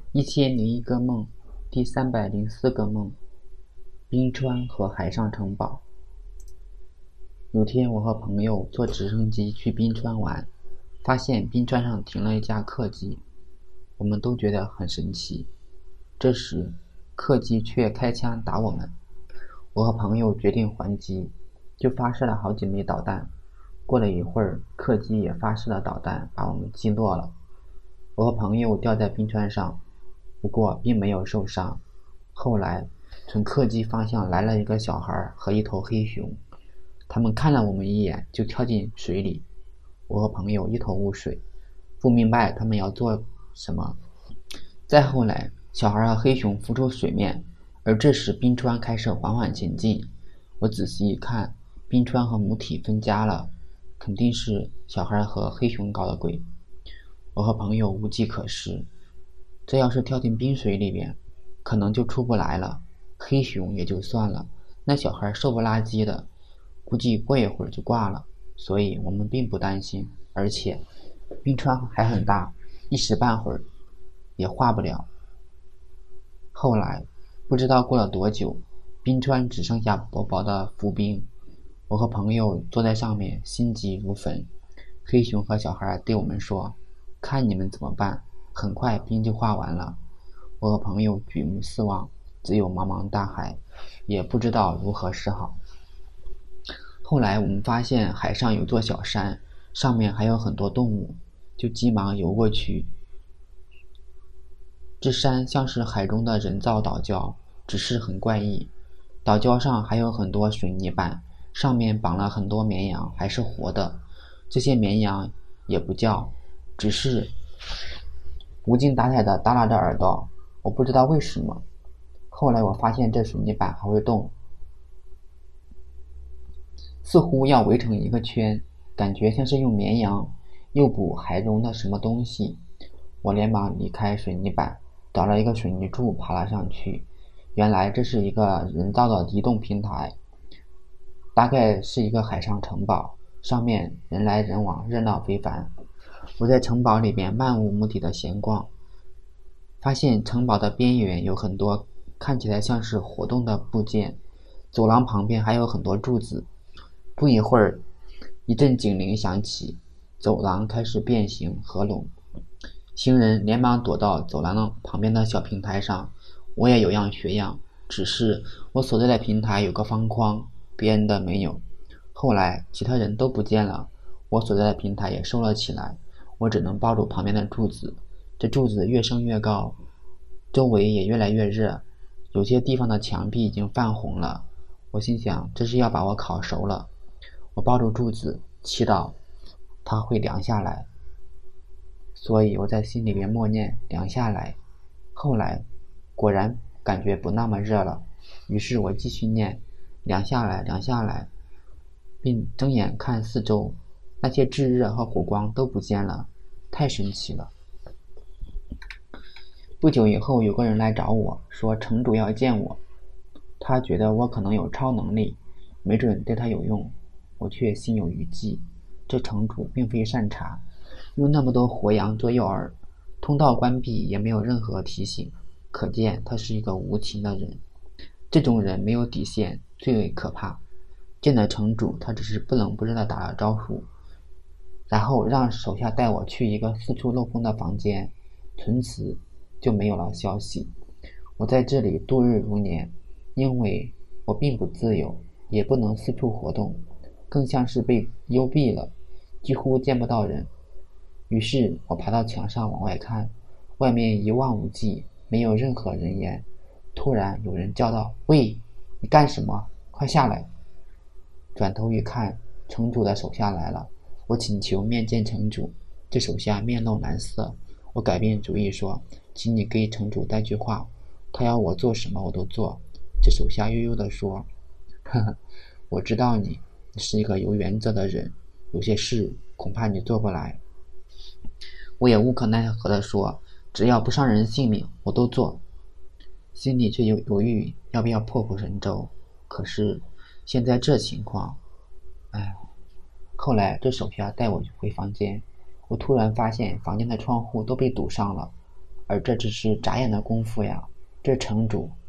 1001个梦，第304个梦，冰川和海上城堡。有天我和朋友坐直升机去冰川玩，发现冰川上停了一架客机，我们都觉得很神奇。这时客机却开枪打我们，我和朋友决定还击，就发射了好几枚导弹。过了一会儿，客机也发射了导弹，把我们击落了。我和朋友掉在冰川上，不过并没有受伤。后来从客机方向来了一个小孩和一头黑熊，他们看了我们一眼就跳进水里。我和朋友一头雾水，不明白他们要做什么。再后来，小孩和黑熊浮出水面，而这时冰川开始缓缓前进。我仔细一看，冰川和母体分家了，肯定是小孩和黑熊搞的鬼。我和朋友无计可施，这要是跳进冰水里边，可能就出不来了。黑熊也就算了，那小孩瘦不拉几的，估计过一会儿就挂了，所以我们并不担心。而且冰川还很大，一时半会儿也化不了。后来不知道过了多久，冰川只剩下薄薄的浮冰，我和朋友坐在上面，心急如焚。黑熊和小孩对我们说，看你们怎么办，很快冰就化完了。我和朋友举目四望，只有茫茫大海，也不知道如何是好。后来我们发现海上有座小山，上面还有很多动物，就急忙游过去。这山像是海中的人造岛礁，只是很怪异。岛礁上还有很多水泥板，上面绑了很多绵羊，还是活的。这些绵羊也不叫，只是无精打采地耷拉着耳朵，我不知道为什么。后来我发现这水泥板还会动，似乎要围成一个圈，感觉像是用绵羊诱捕海中的什么东西。我连忙离开水泥板，找了一个水泥柱爬了上去。原来这是一个人造的移动平台，大概是一个海上城堡，上面人来人往，热闹非凡。我在城堡里边漫无目的的闲逛，发现城堡的边缘有很多看起来像是活动的部件，走廊旁边还有很多柱子。不一会儿，一阵警铃响起，走廊开始变形合拢，行人连忙躲到走廊旁边的小平台上。我也有样学样，只是我所在的平台有个方框，别人的没有。后来其他人都不见了，我所在的平台也收了起来，我只能抱住旁边的柱子。这柱子越升越高，周围也越来越热，有些地方的墙壁已经泛红了。我心想，这是要把我烤熟了。我抱住柱子，祈祷它会凉下来，所以我在心里面默念凉下来。后来果然感觉不那么热了，于是我继续念凉下来凉下来，并睁眼看四周，那些炙热和火光都不见了，太神奇了。不久以后，有个人来找我，说城主要见我，他觉得我可能有超能力，没准对他有用。我却心有余悸，这城主并非善茬，用那么多活羊做诱饵，通道关闭也没有任何提醒，可见他是一个无情的人。这种人没有底线，最为可怕。见了城主，他只是不冷不热地打了招呼，然后让手下带我去一个四处漏风的房间，从此就没有了消息。我在这里度日如年，因为我并不自由，也不能四处活动，更像是被幽闭了，几乎见不到人。于是我爬到墙上往外看，外面一望无际，没有任何人烟。突然有人叫道，喂，你干什么？快下来！转头一看，城主的手下来了。我请求面见城主，这手下面露难色。我改变主意说，请你给城主带句话，他要我做什么我都做。这手下悠悠地说，呵呵，我知道你是一个有原则的人，有些事恐怕你做不来。我也无可奈何地说，只要不伤人性命我都做。心里却犹豫要不要破釜沉舟，可是现在这情况，后来这手下带我回房间，我突然发现房间的窗户都被堵上了， 而这只是眨眼的功夫呀。这城主